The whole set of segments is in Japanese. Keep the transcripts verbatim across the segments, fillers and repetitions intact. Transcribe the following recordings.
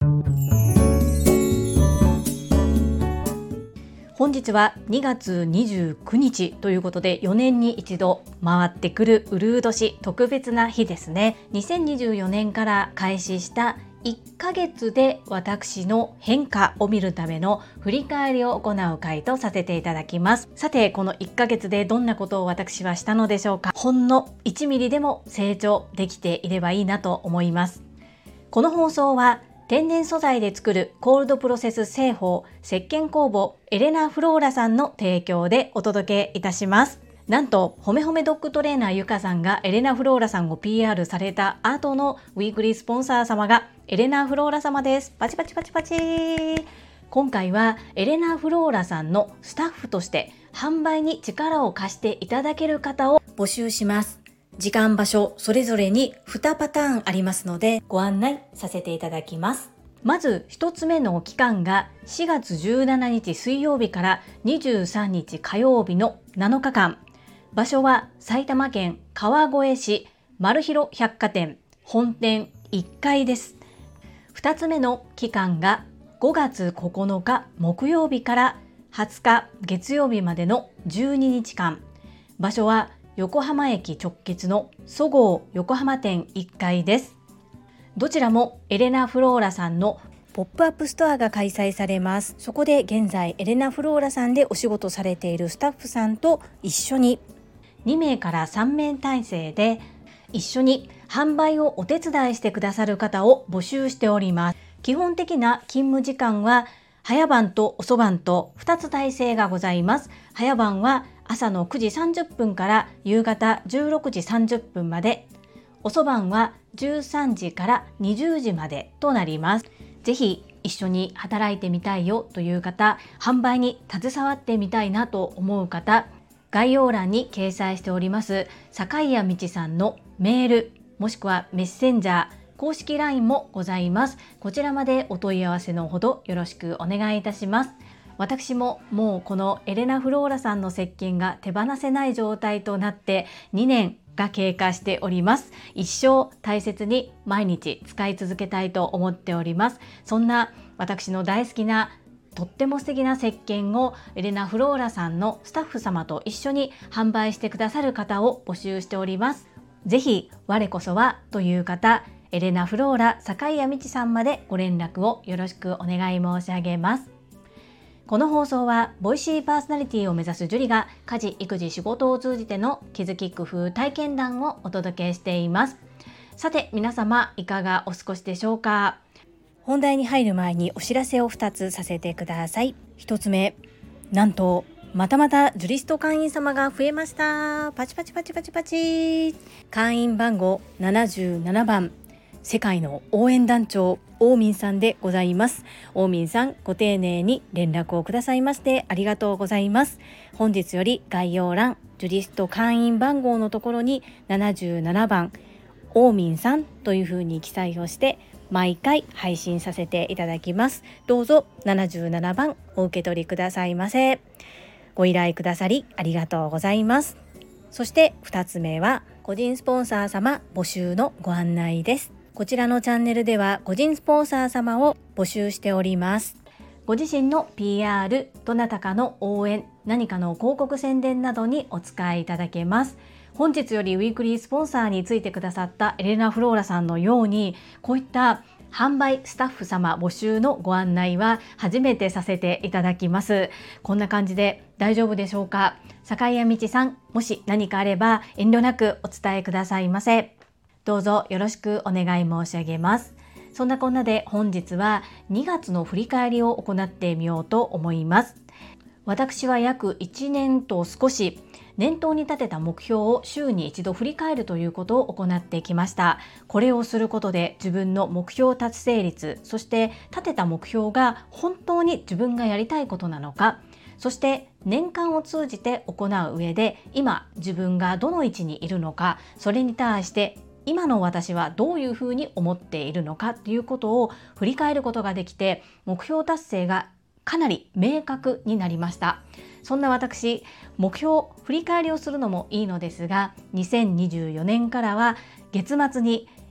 本日はにがつにじゅうくにちということで、よねんに一度回ってくるうるう年、特別な日ですね。にせんにじゅうよねんから開始したいっかげつで私の変化を見るための振り返りを行う回とさせていただきます。さて、このいっかげつでどんなことを私はしたのでしょうか。ほんのいちミリでも成長できていればいいなと思います。この放送は天然素材で作るコールドプロセス製法石鹸工房エレナ・フローラさんの提供でお届けいたします。なんとほめほめドッグトレーナーゆかさんがエレナ・フローラさんを ピーアール された後のウィークリースポンサー様がエレナ・フローラ様です。パチパチパチパチ。今回はエレナ・フローラさんのスタッフとして販売に力を貸していただける方を募集します。時間場所それぞれににパターンありますのでご案内させていただきます。まずひとつめの期間がしがつじゅうしちにち水曜日からにじゅうさんにち火曜日のなのかかん。場所は埼玉県川越市マルヒロ百貨店本店いっかいです。ふたつめの期間がごがつここのか木曜日からはつか月曜日までのじゅうににちかん。場所は横浜駅直結のそごう横浜店いっかいです。どちらもエレナ・フローラさんのポップアップストアが開催されます。そこで現在エレナ・フローラさんでお仕事されているスタッフさんと一緒ににめいからさんめい体制で一緒に販売をお手伝いしてくださる方を募集しております。基本的な勤務時間は早番と遅番とふたつ体制がございます。早番は朝のくじさんじゅっぷんから夕方じゅうろくじさんじゅっぷんまで、遅番はじゅうさんじからにじゅうじまでとなります。ぜひ一緒に働いてみたいよという方、販売に携わってみたいなと思う方、概要欄に掲載しております坂井谷道さんのメールもしくはメッセンジャー公式 ライン もございます。こちらまでお問い合わせのほどよろしくお願いいたします。私ももうこのエレナ・フローラさんの石鹸が手放せない状態となってにねんが経過しております。一生大切に毎日使い続けたいと思っております。そんな私の大好きなとっても素敵な石鹸をエレナ・フローラさんのスタッフ様と一緒に販売してくださる方を募集しております。ぜひ我こそはという方、エレナ・フローラ坂井谷道さんまでご連絡をよろしくお願い申し上げます。この放送はボイシーパーソナリティを目指すジュリが家事・育児・仕事を通じての気づき・工夫・体験談をお届けしています。さて皆様いかがお過ごしでしょうか。本題に入る前にお知らせをふたつさせてください。ひとつめ、なんとまたまたジュリスト会員様が増えました。パチパチパチパチパチ。会員番号ななじゅうななばん、世界の応援団長オーミンさんでございます。オーミンさん、ご丁寧に連絡をくださいましてありがとうございます。本日より概要欄ジュリスト会員番号のところにななじゅうななばんオーミンさんというふうに記載をして毎回配信させていただきます。どうぞななじゅうななばんお受け取りくださいませ。ご依頼くださりありがとうございます。そしてふたつめは個人スポンサー様募集のご案内です。こちらのチャンネルでは個人スポンサー様を募集しております。ご自身の ピーアール、どなたかの応援、何かの広告宣伝などにお使いいただけます。本日よりウィークリースポンサーについてくださったエレナ・フローラさんのように、こういった販売スタッフ様募集のご案内は初めてさせていただきます。こんな感じで大丈夫でしょうか。坂井谷道さん、もし何かあれば遠慮なくお伝えくださいませ。どうぞよろしくお願い申し上げます。そんなこんなで本日はにがつの振り返りを行ってみようと思います。私は約いちねんと少し念頭に立てた目標を週に一度振り返るということを行ってきました。これをすることで自分の目標達成率、そして立てた目標が本当に自分がやりたいことなのか、そして年間を通じて行う上で今自分がどの位置にいるのか、それに対して今の私はどういうふうに思っているのかということを振り返ることができて、目標達成がかなり明確になりました。そんな私、目標振り返りをするのもいいのですが、にせんにじゅうよねんからは月末に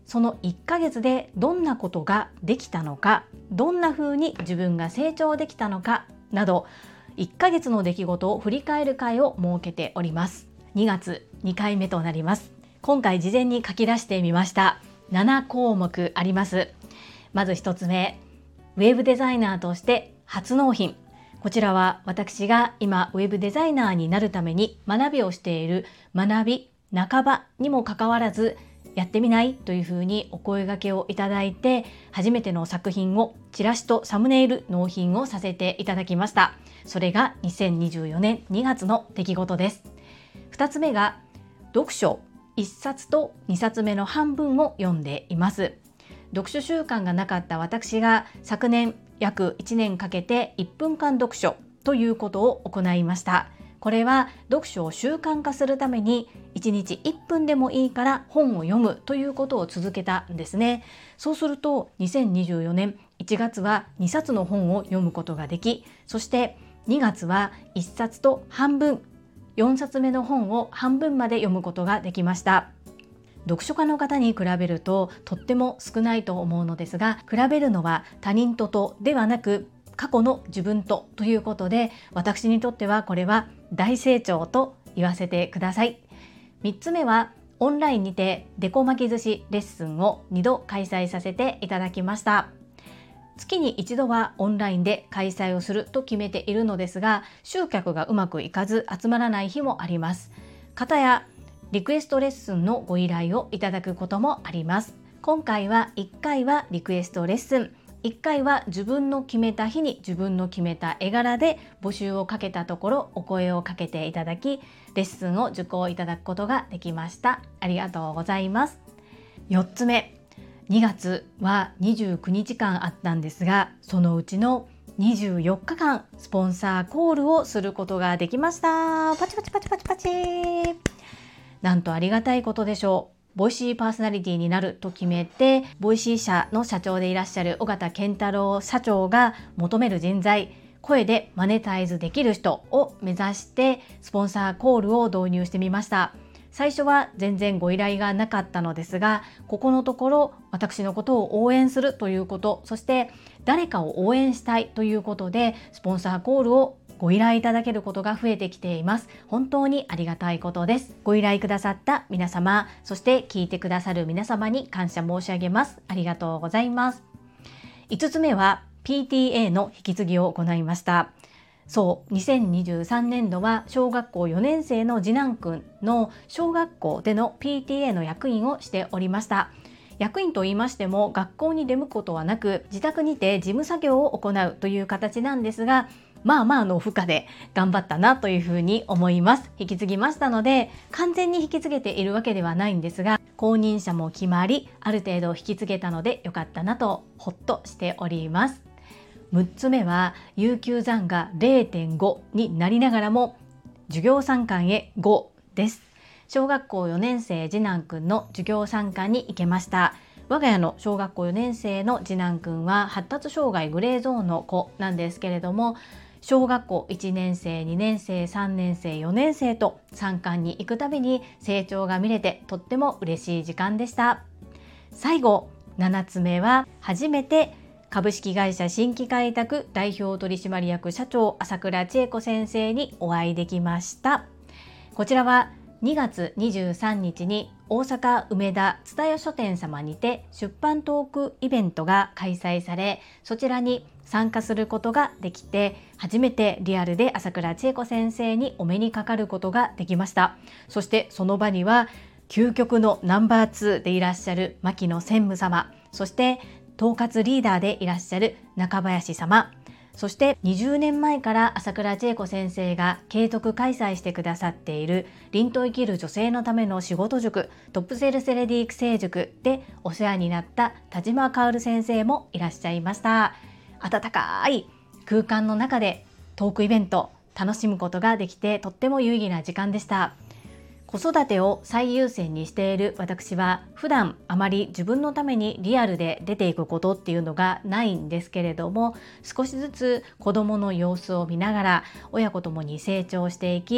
そのいっかげつでどんなことができたのか、どんな風に自分が成長できたのかなど、いっかげつの出来事を振り返る会を設けております。にがつにかいめとなります。今回事前に書き出してみました。ななこうもくあります。まずひとつめ、ウェブデザイナーとして初納品。こちらは私が今ウェブデザイナーになるために学びをしている学び半ばにもかかわらず、やってみないというふうにお声掛けをいただいて、初めての作品をチラシとサムネイル納品をさせていただきました。それがにせんにじゅうよねんにがつの出来事です。ふたつめが読書いっさつとにさつめの半分を読んでいます。読書習慣がなかった私が昨年約いちねんかけていっぷんかん読書ということを行いました。これは読書を習慣化するためにいちにちいっぷんでもいいから本を読むということを続けたんですね。そうするとにせんにじゅうよねんいちがつはにさつの本を読むことができ、そしてにがつはいっさつと半分、よんさつめの本を半分まで読むことができました。読書家の方に比べるととっても少ないと思うのですが、比べるのは他人ととではなく過去の自分とということで、私にとってはこれは大成長と言わせてください。みっつめはオンラインにてデコ巻き寿司レッスンをにど開催させていただきました。月に一度はオンラインで開催をすると決めているのですが、集客がうまくいかず集まらない日もあります。かたやリクエストレッスンのご依頼をいただくこともあります。今回はいっかいはリクエストレッスン、いっかいは自分の決めた日に自分の決めた絵柄で募集をかけたところ、お声をかけていただき、レッスンを受講いただくことができました。ありがとうございます。よっつめ、にがつはにじゅうくにちかんあったんですが、そのうちのにじゅうよっかかんスポンサーコールをすることができました。パチパチパチパチパチ。なんとありがたいことでしょう。ボイシーパーソナリティになると決めて、ボイシー社の社長でいらっしゃる尾形健太郎社長が求める人材、声でマネタイズできる人を目指してスポンサーコールを導入してみました。最初は全然ご依頼がなかったのですが、ここのところ私のことを応援するということ、そして誰かを応援したいということでスポンサーコールをご依頼いただけることが増えてきています。本当にありがたいことです。ご依頼くださった皆様、そして聞いてくださる皆様に感謝申し上げます。ありがとうございます。いつつめは ピーティーエー の引き継ぎを行いました。そう、にせんにじゅうさんねんどは小学校よねんせいの次男くんの小学校での ピーティーエー の役員をしておりました。役員と言いましても学校に出向くことはなく、自宅にて事務作業を行うという形なんですが、まあまあの負荷で頑張ったなというふうに思います。引き継ぎましたので、完全に引き継げているわけではないんですが、後任者も決まり、ある程度引き継げたのでよかったなとほっとしております。むっつめは有給残が れいてんご になりながらも授業参観へごです。小学校よねんせい次男くんの授業参観に行けました。我が家の小学校よねんせいの次男くんは発達障害グレーゾーンの子なんですけれども、小学校いちねんせい、にねんせい、さんねんせい、よねんせいと参観に行くたびに成長が見れてとっても嬉しい時間でした。最後ななつめは初めて株式会社新規開拓代表取締役社長朝倉千恵子先生にお会いできました。こちらはにがつにじゅうさんにちに大阪梅田蔦屋書店様にて出版トークイベントが開催され、そちらに参加することができて、初めてリアルで朝倉千恵子先生にお目にかかることができました。そしてその場には究極のナンバーツーでいらっしゃる牧野専務様、そして統括リーダーでいらっしゃる中林様、そしてにじゅうねんまえから朝倉千恵子先生が継続開催してくださっている凛と生きる女性のための仕事塾、トップセールスレディ育成塾でお世話になった田島薫先生もいらっしゃいました。温かい空間の中でトークイベント楽しむことができて、とっても有意義な時間でした。子育てを最優先にしている私は普段あまり自分のためにリアルで出ていくことっていうのがないんですけれども、少しずつ子どもの様子を見ながら親子ともに成長していき、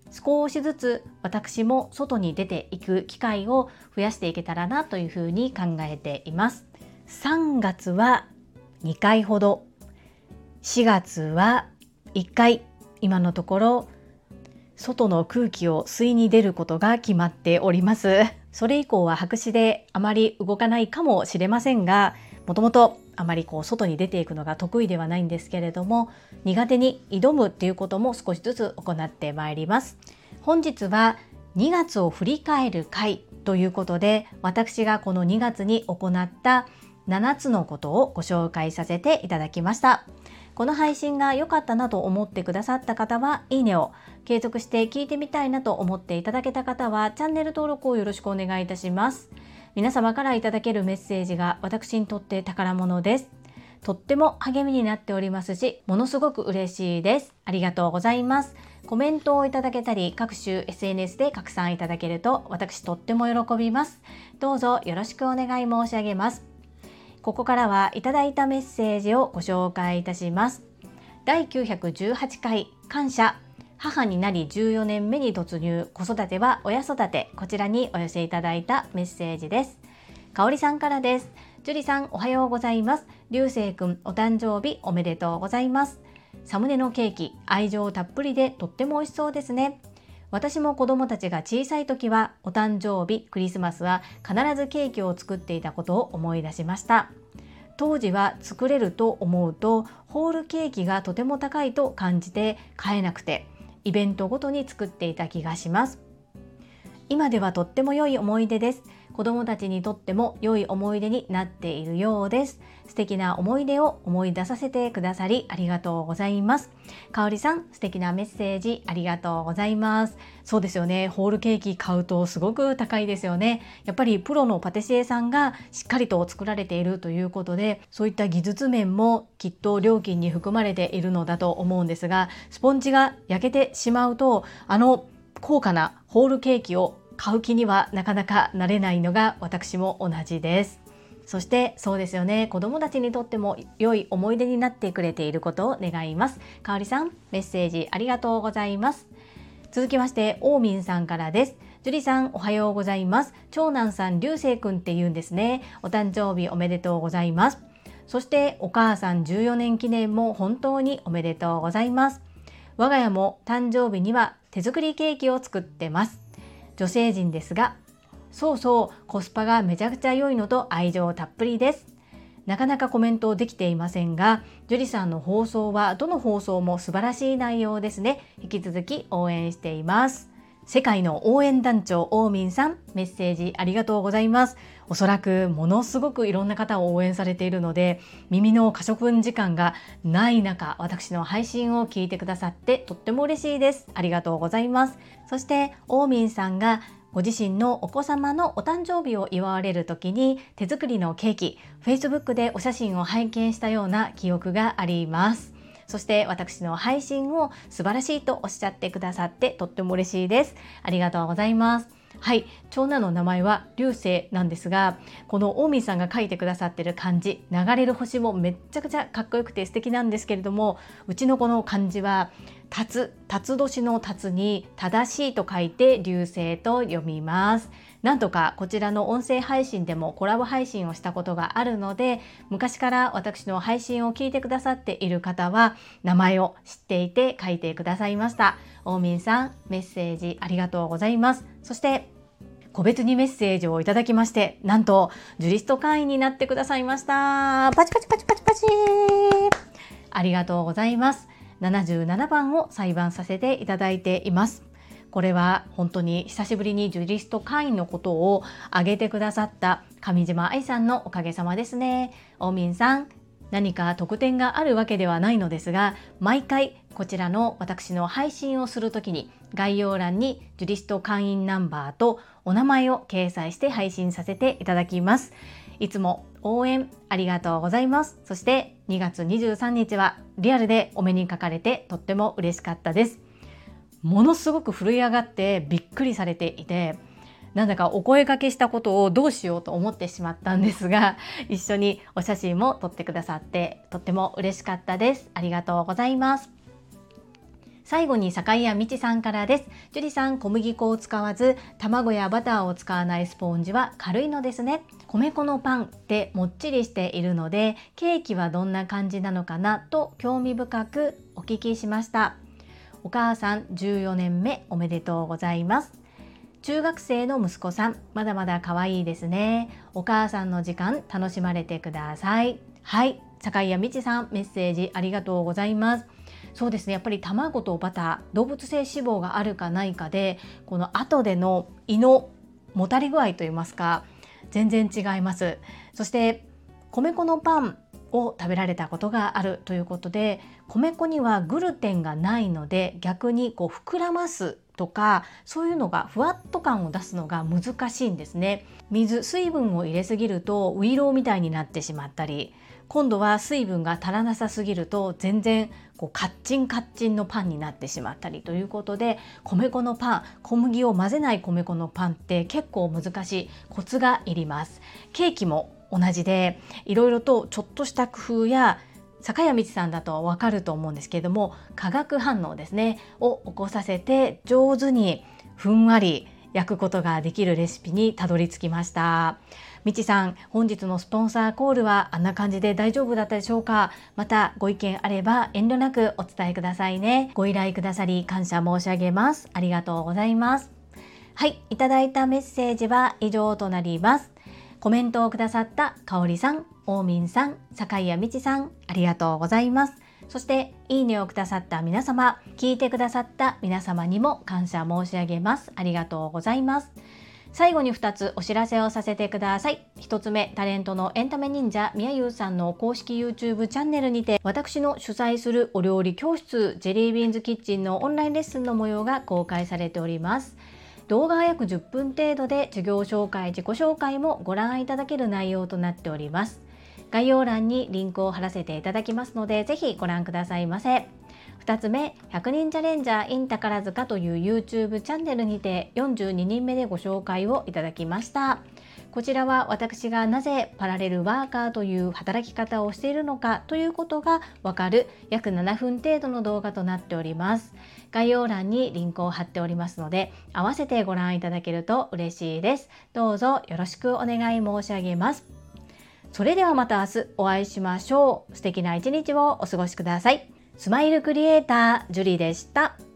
少しずつ私も外に出ていく機会を増やしていけたらなというふうに考えています。さんがつはにかいほど、しがつはいっかい、今のところ外の空気を吸いに出ることが決まっております。それ以降は白紙であまり動かないかもしれませんが、もともとあまりこう外に出ていくのが得意ではないんですけれども、苦手に挑むっていうことも少しずつ行ってまいります。本日はにがつを振り返る回ということで、私がこのにがつに行ったななつのことをご紹介させていただきました。この配信が良かったなと思ってくださった方はいいねを、継続して聞いてみたいなと思っていただけた方はチャンネル登録をよろしくお願いいたします。皆様からいただけるメッセージが私にとって宝物です。とっても励みになっておりますし、ものすごく嬉しいです。ありがとうございます。コメントをいただけたり、各種 エスエヌエス で拡散いただけると私とっても喜びます。どうぞよろしくお願い申し上げます。ここからはいただいたメッセージをご紹介いたします。だいきゅうひゃくじゅうはちかい感謝、母になりじゅうよねんめに突入、子育ては親育て、こちらにお寄せいただいたメッセージです。かおりさんからです。ジュリさんおはようございます。りゅうせいくんお誕生日おめでとうございます。サムネのケーキ、愛情たっぷりでとっても美味しそうですね。私も子供たちが小さい時はお誕生日、クリスマスは必ずケーキを作っていたことを思い出しました。当時は作れると思うとホールケーキがとても高いと感じて買えなくて、イベントごとに作っていた気がします。今ではとっても良い思い出です。子供たちにとっても良い思い出になっているようです。素敵な思い出を思い出させてくださりありがとうございます。かおりさん、素敵なメッセージありがとうございます。そうですよね。ホールケーキ買うとすごく高いですよね。やっぱりプロのパティシエさんがしっかりと作られているということで、そういった技術面もきっと料金に含まれているのだと思うんですが、スポンジが焼けてしまうと、あの高価なホールケーキを買う気にはなかなかなれないのが私も同じです。そしてそうですよね、子どもたちにとっても良い思い出になってくれていることを願います。かおりさん、メッセージありがとうございます。続きまして、おーみんさんからです。ジュリさんおはようございます。長男さんりゅうせいくんって言うんですね。お誕生日おめでとうございます。そしてお母さんじゅうよねん記念も本当におめでとうございます。我が家も誕生日には手作りケーキを作ってます。女性陣ですが、そうそうコスパがめちゃくちゃ良いのと愛情たっぷりです。なかなかコメントできていませんが、ジュリさんの放送はどの放送も素晴らしい内容ですね。引き続き応援しています。世界の応援団長オーミンさん、メッセージありがとうございます。おそらくものすごくいろんな方を応援されているので、耳の可処分時間がない中、私の配信を聞いてくださってとっても嬉しいです。ありがとうございます。そしてオーミンさんがご自身のお子様のお誕生日を祝われる時に手作りのケーキ、Facebook でお写真を拝見したような記憶があります。そして私の配信を素晴らしいとおっしゃってくださってとっても嬉しいです。ありがとうございます。はい、長男の名前は流星なんですが、このオーミーさんが書いてくださってる漢字、流れる星もめっちゃくちゃかっこよくて素敵なんですけれども、うちのこの漢字は辰、辰年の辰に正しいと書いて流星と読みます。なんとかこちらの音声配信でもコラボ配信をしたことがあるので、昔から私の配信を聞いてくださっている方は名前を知っていて書いてくださいました。オーミンさん、メッセージありがとうございます。そして個別にメッセージをいただきまして、なんとジュリスト会員になってくださいました。パチパチパチパチパチ、ありがとうございます。ななじゅうななばんを裁判させていただいています。これは本当に久しぶりにジュリスト会員のことを挙げてくださった上島愛さんのおかげさまですね。オーミンさん、何か特典があるわけではないのですが、毎回こちらの私の配信をするときに概要欄にジュリスト会員ナンバーとお名前を掲載して配信させていただきます。いつも応援ありがとうございます。そしてにがつにじゅうさんにちはリアルでお目にかかれてとっても嬉しかったです。ものすごく震え上がってびっくりされていて、なんだかお声掛けしたことをどうしようと思ってしまったんですが、一緒にお写真も撮ってくださってとっても嬉しかったです。ありがとうございます。 最後に坂井谷美智さんからです。樹里さん、小麦粉を使わず卵やバターを使わないスポンジは軽いのですね。米粉のパンってもっちりしているので、ケーキはどんな感じなのかなと興味深くお聞きしました。お母さんじゅうよねんめおめでとうございます。中学生の息子さん、まだまだ可愛いですね。お母さんの時間楽しまれてください。はい、坂井谷美智さん、メッセージありがとうございます。そうですね、やっぱり卵とバター、動物性脂肪があるかないかで、この後での胃のもたり具合といいますか、全然違います。そして米粉のパンを食べられたことがあるということで、米粉にはグルテンがないので、逆にこう膨らますとか、そういうのがふわっと感を出すのが難しいんですね。水、水分を入れすぎるとウイローみたいになってしまったり、今度は水分が足らなさすぎると全然こうカッチンカッチンのパンになってしまったりということで、米粉のパン、小麦を混ぜない米粉のパンって結構難しい、コツがいります。ケーキも同じで、いろいろとちょっとした工夫や、坂谷美智さんだとわかると思うんですけれども、化学反応ですねを起こさせて上手にふんわり焼くことができるレシピにたどり着きました。みちさん、本日のスポンサーコールはあんな感じで大丈夫だったでしょうか。またご意見あれば遠慮なくお伝えくださいね。ご依頼くださり感謝申し上げます。ありがとうございます。はい、いただいたメッセージは以上となります。コメントをくださったかおりさん、おーみんさん、坂井谷美智さん、ありがとうございます。そしていいねをくださった皆様、聞いてくださった皆様にも感謝申し上げます。ありがとうございます。最後にふたつお知らせをさせてください。ひとつめ、タレントのエンタメ忍者みやゆうさんの公式 YouTube チャンネルにて、私の主催するお料理教室ジェリービーンズキッチンのオンラインレッスンの模様が公開されております。動画は約じゅっぷん程度で、授業紹介、自己紹介もご覧いただける内容となっております。概要欄にリンクを貼らせていただきますので、ぜひご覧くださいませ。ふたつめ、ひゃくにんチャレンジャー in 宝塚という YouTube チャンネルにてよんじゅうににんめでご紹介をいただきました。こちらは私がなぜパラレルワーカーという働き方をしているのかということがわかる約ななふん程度の動画となっております。概要欄にリンクを貼っておりますので、合わせてご覧いただけると嬉しいです。どうぞよろしくお願い申し上げます。それではまた明日お会いしましょう。素敵な一日をお過ごしください。スマイルクリエイタージュリでした。